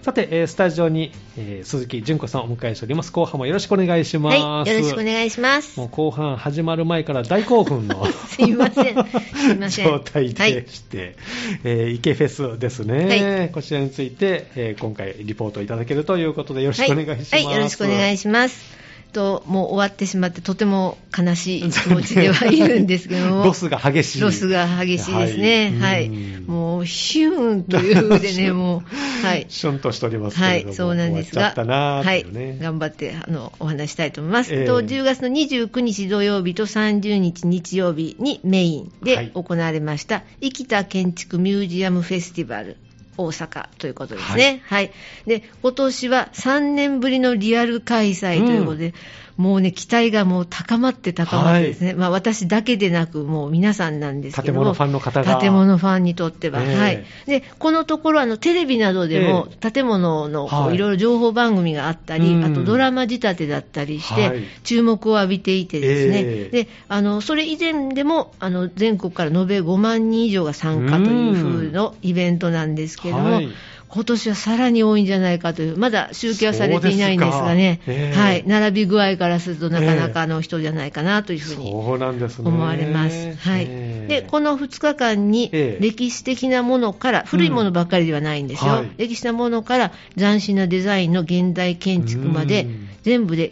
さて、スタジオに、鈴木純子さんをお迎えしております。後半もよろしくお願いします。 はい、よろしくお願いします。 もう後半始まる前から大興奮のすいません状態でして、池フェスですね、はい、こちらについて、今回リポートいただけるということでよろしくお願いします。 はい、はい、よろしくお願いします。もう終わってしまってとても悲しい気持ちではいるんですけどもロスが激しいですね、はい、もうヒューンという風でねもう、はい、 シュンとしておりますけれども、はい、 そうなんですが、 終わっちゃったなーっていうね、 はい、頑張ってお話したいと思います。10月の29日土曜日と30日日曜日にメインで行われました、生きた建築ミュージアムフェスティバル大阪ということですね、はいはい、で今年は3年ぶりのリアル開催ということで、もうね期待がもう高まってですね、はい、私だけでなくもう皆さんなんですけども、 建物ファンの方が、 建物ファンにとっては、はい、でこのところテレビなどでも建物のいろいろ情報番組があったり、あとドラマ仕立てだったりして、注目を浴びていてですね、でそれ以前でも全国から延べ5万人以上が参加という風のイベントなんですけども、はい、今年はさらに多いんじゃないかという、まだ集計はされていないんですがね、はい、並び具合からするとなかなかの人じゃないかなというふうに思われます。はい、でこの2日間に歴史的なものから、古いものばっかりではないんですよ、歴史的なものから斬新なデザインの現代建築まで、全部で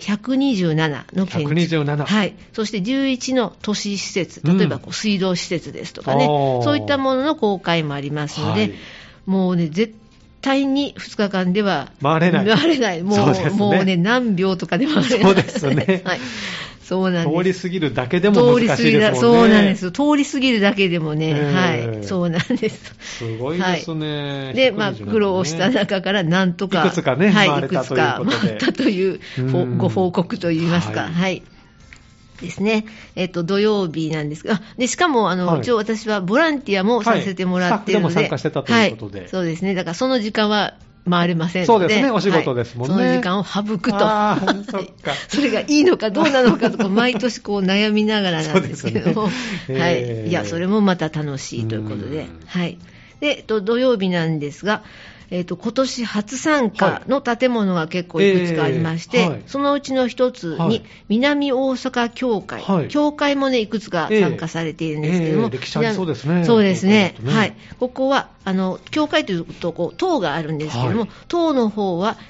127の建築、はい、そして11の都市施設、例えば水道施設ですとかね、そういったものの公開もありますので、もうね絶対に2日間では回れない、 もうね何秒とかで回れない。 そうですね、 はい、そうなんです。 通り過ぎるだけでも難しいですもんね。 そうなんです。通り過ぎるだけでもね、はい、そうなんです。 すごいですね。 はい、で、苦労した中からなんとかいくつかね、 はい、 回れたということで、 回ったというご報告といいますか、はい。ですね、土曜日なんですが、でしかも一応私はボランティアもさせてもらっているので、 スタッフでも参加してたということで、 そうですね、だからその時間は回れませんので、 そうですね、お仕事ですもんね、 その時間を省くと、 そっかそれがいいのかどうなのかとか毎年悩みながらなんですけども、はい、いやそれもまた楽しいということで、はい、で土曜日なんですが、今年初参加の建物が結構いくつかありまして、そのうちの一つに南大阪教会、教会もねいくつか参加されているんですけども、 歴史ありそうですね。 そうですね、はい、ここは教会というと塔があるんですけども、塔の方は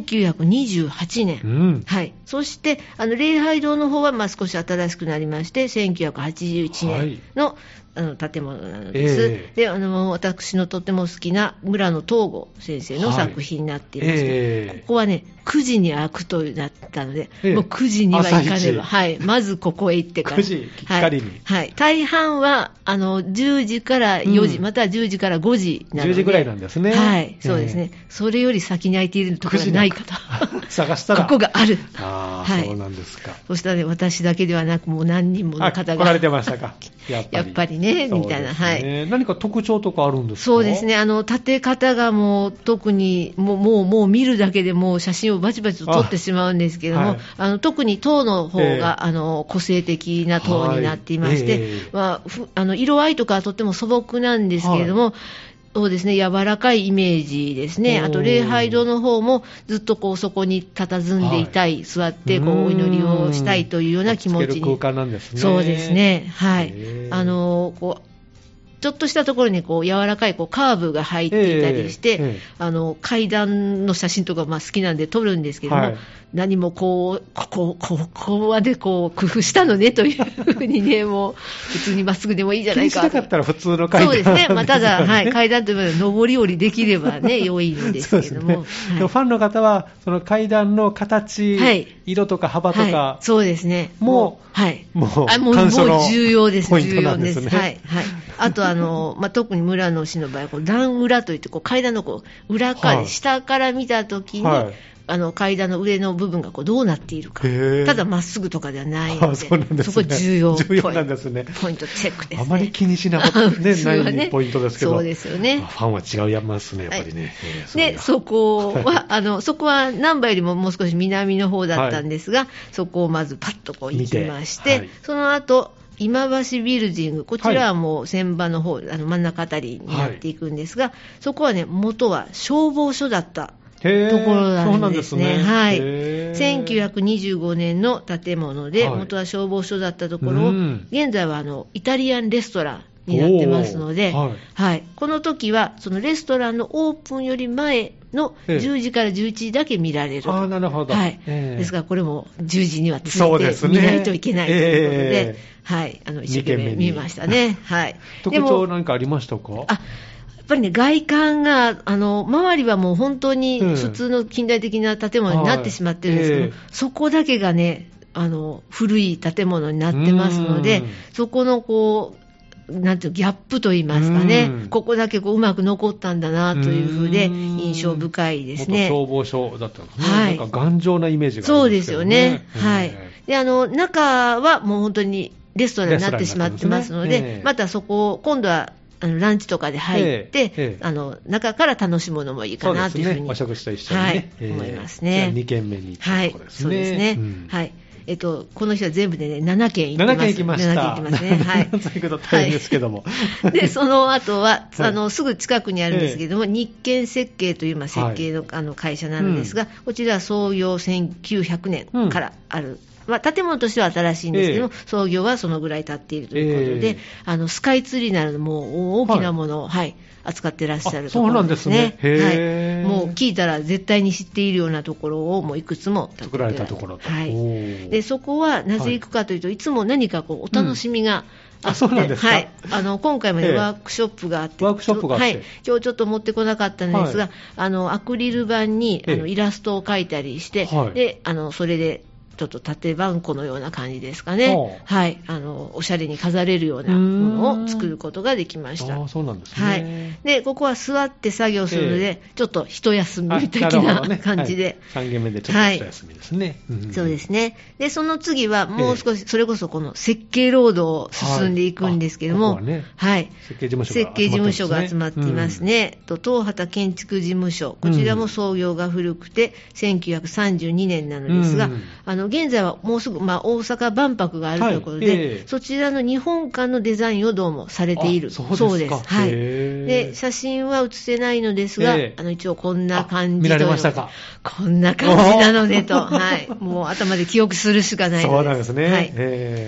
1928年、はい、そして礼拝堂の方は少し新しくなりまして1981年の建物なのです。で私のとても好きな村野東吾先生の作品になっていまして、ここはね9時に開くとなったので、もう9時には行かねば、はい、まずここへ行ってから 9時きっかりに、 はい、大半は10時から4時、または10時から5時なので 10時ぐらいなんですね。 はい、そうですね、それより先に空いているところはないかと探したらここがある。 はい、そうなんですか。 そしたらね私だけではなくもう何人もの方が来られてましたか。 やっぱりねみたいな、はい、 何か特徴とかあるんですか。 そうですね、建て方がもう特にもう見るだけでもう写真をバチバチと撮ってしまうんですけども、特に塔の方が、個性的な塔になっていまして、色合いとかはとっても素朴なんですけれども、そうですね、柔らかいイメージですね。あと礼拝堂の方もずっとそこに佇んでいたい、座ってお祈りをしたいというような気持ちに。 空間なんですね。 そうですね、はい。ちょっとしたところに柔らかいカーブが入っていたりして、階段の写真とか好きなんで撮るんですけども、何もここまで工夫したのねというふうにね、もう普通にまっすぐでもいいじゃないか。 気にしなかったら普通の階段、 そうですね、ただ、階段というのは上り下りできればね良いのですけども、 ファンの方はその階段の形、色とか幅とか、 そうですね、 もう感想の重要です、重要です。はいはい。あと特に村野氏の場合、段裏といって階段の裏から、下から見たときに、階段の上の部分がどうなっているか、ただまっすぐとかではないので、そこ重要なんですね。 ポイントチェックですね。 あまり気にしなかったないポイントですけど、 そうですよね。 ファンは違いますね、やっぱりね。 でそこは難波よりももう少し南の方だったんですが、そこをまずパッと行きまして、その後今橋ビルディング、こちらはもう船場の方、真ん中あたりになっていくんですが、そこはね元は消防署だったころなんですね。はい。 へー、 1925年の建物で、元は消防署だったところを、現在はイタリアンレストランになってますので、はい、この時はそのレストランのオープンより前の10時から11時だけ見られると。 なるほど。 はい。ですからこれも10時にはついて見ないといけないということで、はい、一生懸命見ましたね。はい。 特徴何かありましたか？ やっぱりね、外観が、周りはもう本当に普通の近代的な建物になってしまってるんですけど、そこだけがね、古い建物になってますので、そこのなんていうギャップといいますかね、ここだけうまく残ったんだなというふうで印象深いですね。 消防署だったんですね。はい、なんか頑丈なイメージがありますけどね。 そうですよね。はい。で、中はもう本当にレストランになってしまってますので、またそこを今度はランチとかで入って、中から楽しむのもいいかなというふうに、 お食事と一緒にね、 思いますね。 2軒目に行ったところですね。 そうですね。はい。この日は全部でね、7軒行ってます。 7軒行きました。 7軒行きますね。はい。 そういうこと大変ですけども。 で、その後は、すぐ近くにあるんですけども、日建設計という設計の会社なのですが、こちらは創業1900年からある。建物としては新しいんですけども、創業はそのぐらい経っているということで、スカイツリーなども大きなものを、扱ってらっしゃるところですね。 そうなんですね。 はい。もう聞いたら絶対に知っているようなところをもういくつも作られたところと。 はい。で、そこはなぜ行くかというと、いつも何かお楽しみがあって、 そうなんですか。 はい。今回までワークショップがあって、 ワークショップがあって、 はい。今日ちょっと持ってこなかったんですが、アクリル板にイラストを描いたりして、で、それで、ちょっと縦ばんこのような感じですかね。はい。おしゃれに飾れるようなものを作ることができました。 そうなんですね。 はい。で、ここは座って作業するので、ちょっと一休み的な感じで。 3軒目でちょっと一休みですね。 そうですね。で、その次はもう少し、それこそこの設計労働を進んでいくんですけども、はい。 設計事務所が集まっていますね。東畑建築事務所。こちらも創業が古くて、1932年なのですが、現在はもうすぐ、大阪万博があるということで、そちらの日本館のデザインをどうもされているそうです。はい。で、写真は写せないのですが、一応こんな感じ見られましたか？ こんな感じなのでと、はい。もう頭で記憶するしかないので。 そうなんですね。 はい。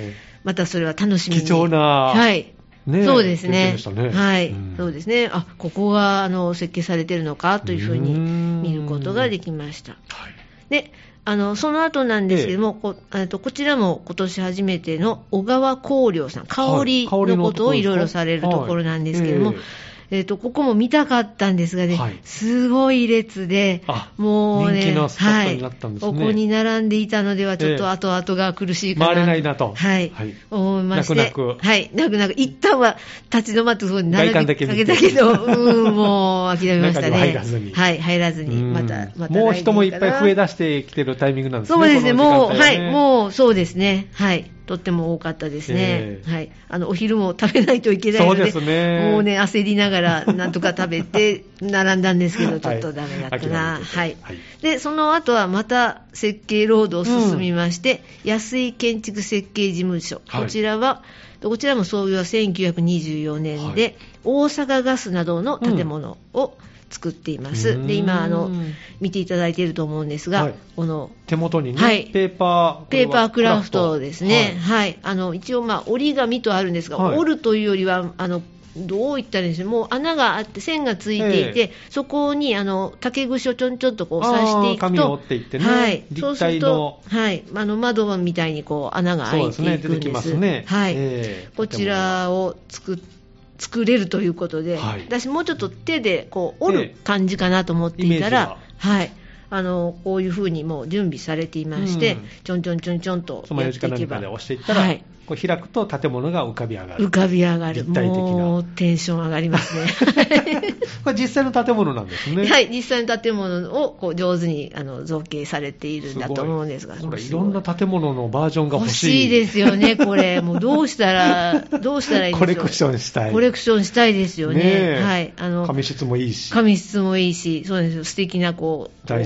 またそれは楽しみに。 貴重な。 はい。そうですね。はい。そうですね。ここが設計されているのかというふうに見ることができました。はい。で、その後なんですけども、こちらも今年初めての小川光良さん、香りのことをいろいろされるところなんですけども、ここも見たかったんですがね、すごい列で、もうね、 人気のスポットになったんですね。 ここに並んでいたのでは、ちょっと後々が苦しいかな。 回れないなと。 はい。思いまして。 泣く泣く。 はい。泣く泣く。一旦は立ち止まってそこに並びかけたけど、もう諦めましたね。 入らずに。 はい、入らずに。またもう人もいっぱい増え出してきてるタイミングなんですね。 そうですね、もう、はい、もうそうですね。はい。とっても多かったですね。はい。お昼も食べないといけないので、もうね、焦りながらなんとか食べて並んだんですけど、ちょっとダメだったな。はい。で、その後はまた設計労働を進みまして、安井建築設計事務所。こちらも創業は1924年で、大阪ガスなどの建物を作っています。で、今、見ていただいていると思うんですが、この、 手元にね、ペーパークラフトですね。はい。一応、折り紙とあるんですが、折るというよりは、どういったらいいんでしょう、もう穴があって線がついていて、そこに竹串をちょんちょんと刺していくと、 紙を折っていってね、 はい、 立体の、 はい、窓みたいに穴が開いていくんです。 出てきますね。 はい。こちらを作れるということで、私もうちょっと手で折る感じかなと思っていたら、はい。こういうふうにもう準備されていまして、ちょんちょんちょんちょんとやっていけば、 押していったら、こう開くと建物が浮かび上がる。 浮かび上がる。 立体的な。 もうテンション上がりますね。 これ実際の建物なんですね。 はい、実際の建物を上手に造形されているんだと思うんですが。 これいろんな建物のバージョンが欲しい。 欲しいですよね、これ。もうどうしたらいいんでしょう。 コレクションしたい。 コレクションしたいですよね。はい。 紙質もいいし。 紙質もいいし、そうですよ。素敵な大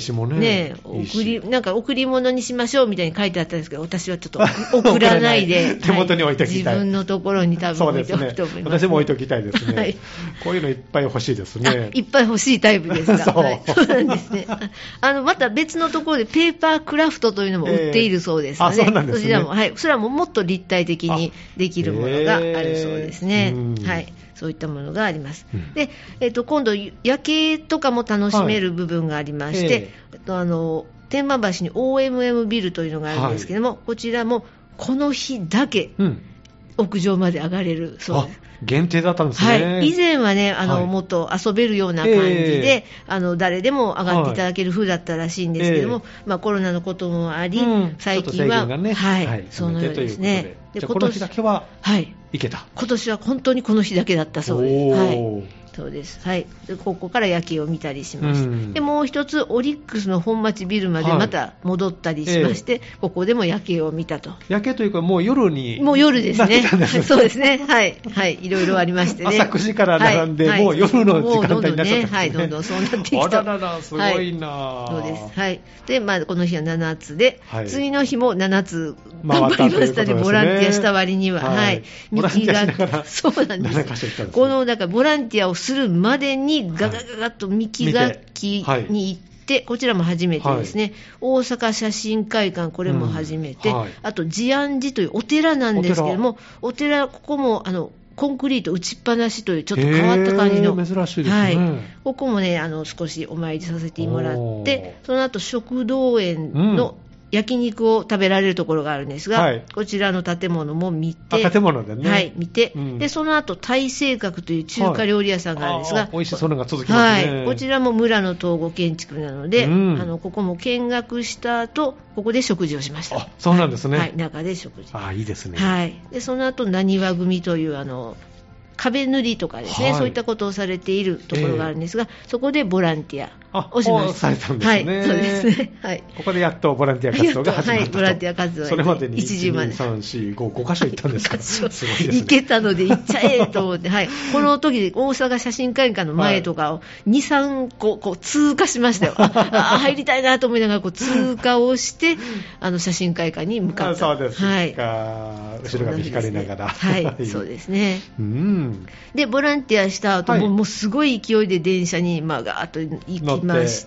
しもね。 ね、なんか贈り物にしましょうみたいに書いてあったんですけど、私はちょっと送らないで手元に置いておきたい。 自分のところに多分置いておくと思います。 私も置いておきたいですね。はい、こういうのいっぱい欲しいですね。 いっぱい欲しいタイプですか。 そう、 はい、そうなんですね。また別のところでペーパークラフトというのも売っているそうですので、 そうなんですね。 そちらも、はい、それはもっと立体的にできるものがあるそうですね。はい。そういったものがあります。で、今度、夜景とかも楽しめる部分がありまして、天満橋に OMM ビルというのがあるんですけども、こちらもこの日だけ屋上まで上がれるそうです。 限定だったんですね。 はい、以前はね、もっと遊べるような感じで、誰でも上がっていただける風だったらしいんですけども、コロナのこともあり、最近は、そのようですね。 で、この日だけは行けた。 今年は本当にこの日だけだったそうです。はい。そうです。はい。で、ここから夜景を見たりしました。で、もう一つ、オリックスの本町ビルまでまた戻ったりしまして、ここでも夜景を見たと。 夜景というか、もう夜に。 もう夜ですね。そうですね。はい。はい。いろいろありましてね。 朝9時から並んで、もう夜の時間帯になっちゃったんですね。 はい。どんどんそうなってきた。 あららら、すごいな。 そうです。はい。で、この日は7つで、次の日も7つ回りましたね。ボランティアした割には。はい。 ボランティアしながら。 そうなんです。この、だからボランティアをするまでに、ガガガガッと三木楽器に行って、こちらも初めてですね、大阪写真会館、これも初めて、あと慈安寺というお寺なんですけれども、お寺、ここもコンクリート打ちっぱなしというちょっと変わった感じの、 珍しいですね。 ここもね、少しお参りさせてもらって、その後食道園の焼肉を食べられるところがあるんですが、こちらの建物も見て、 建物でね、 はい、見て、でその後大成閣という中華料理屋さんがあるんですが、 美味しそうなのが続きますね。 はい、こちらも村の統合建築なので、ここも見学した後、ここで食事をしました。 そうなんですね。 はい、中で食事。 いいですね。 はい。でその後なにわ組という壁塗りとかですね、そういったことをされているところがあるんですが、そこでボランティアをしました。 されたんですね。 はい、そうですね。はい。 ここでやっとボランティア活動が始まったと。 ボランティア活動がそれまでに 1時まで 1、2、3、4、5箇所行ったんですか。すごいですね。 行けたので行っちゃえと思って、はい。この時で大阪写真会館の前とかを2、3個こう通過しましたよ。入りたいなと思いながら通過をして、写真会館に向かった。 そうですか。 はい。 後ろ髪光りながら。 はい、そうですね。で、ボランティアした後、もうすごい勢いで電車にガーッと行きまして、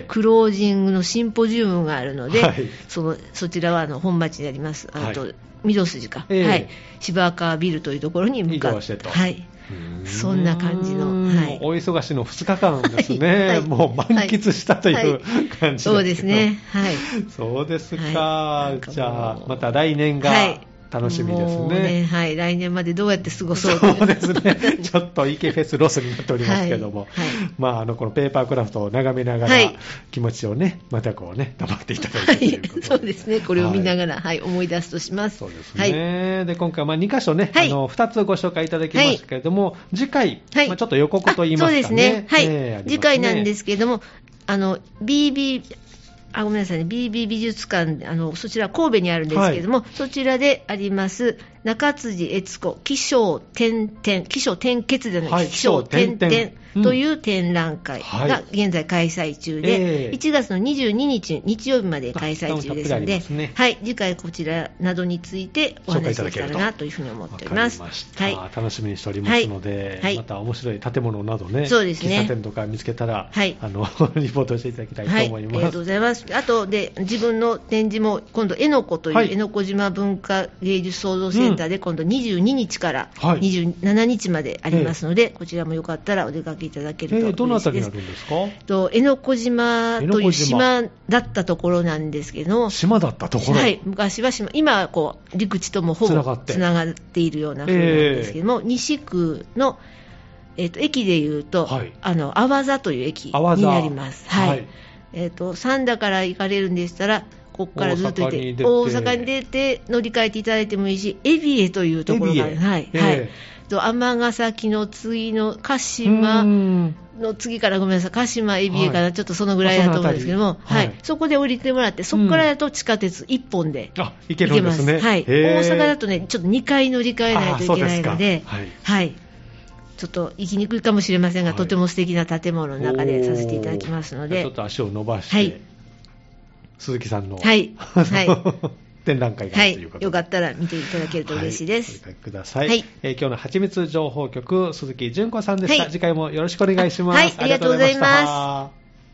クロージングのシンポジウムがあるので、そちらは本町にあります、御堂筋か、はい、芝川ビルというところに向かって、はい、そんな感じの、 お忙しの2日間ですね、もう満喫したという感じですけど、 そうですね、はい、 そうですか、じゃあ、また来年が。楽しみですね。 はい、来年までどうやって過ごそうそうですね。ちょっと池フェスロスになっておりますけども、このペーパークラフトを眺めながら、気持ちをね、またこうね、黙っていただいてということで、 そうですね。これを見ながら、思い出すとします。 そうですね。で、今回2箇所ね、2つご紹介いただきましたけれども、次回、ちょっと予告と言いますかね。 そうですね。はい。次回なんですけれども、ごめんなさいね、BB 美術館、そちら神戸にあるんですけれども、そちらであります、中辻悦子起承転結での起承転々という展覧会が現在開催中で、1月の22日日曜日まで開催中ですので、次回こちらなどについてお話しできたらなというふうに思っております。 楽しみにしておりますので、また面白い建物などね、喫茶店とか見つけたら、リポートしていただきたいと思います。 ありがとうございます。あとで自分の展示も今度江ノ子という江ノ子島文化芸術創造センターで今度22日から27日までありますので、こちらもよかったらお出かけいただけると嬉しいです。 どのあたりにあるんですか？ 江ノ子島という島だったところなんですけど、 島だったところ、 昔は島、今は陸地ともほぼつながっているような風なんですけども、西区の駅でいうと、阿波座という駅になります。三田から行かれるんでしたら、ここからずっと行って大阪に出て乗り換えていただいてもいいし、海老というところがある。尼崎の次の鹿島の次からごめんなさい、鹿島海老かな、ちょっとそのぐらいだと思うんですけども、そこで降りてもらって、そこからだと地下鉄1本で行けます。大阪だとね、ちょっと2回乗り換えないといけないので、ちょっと行きにくいかもしれませんが、とても素敵な建物の中でさせていただきますので、 ちょっと足を伸ばして鈴木さんの、 はい。はい展覧会があるということで、 よかったら見ていただけると嬉しいです。 ご覧ください。今日のはちみつ情報局、鈴木純子さんでした。次回もよろしくお願いします。 はい、ありがとうございます。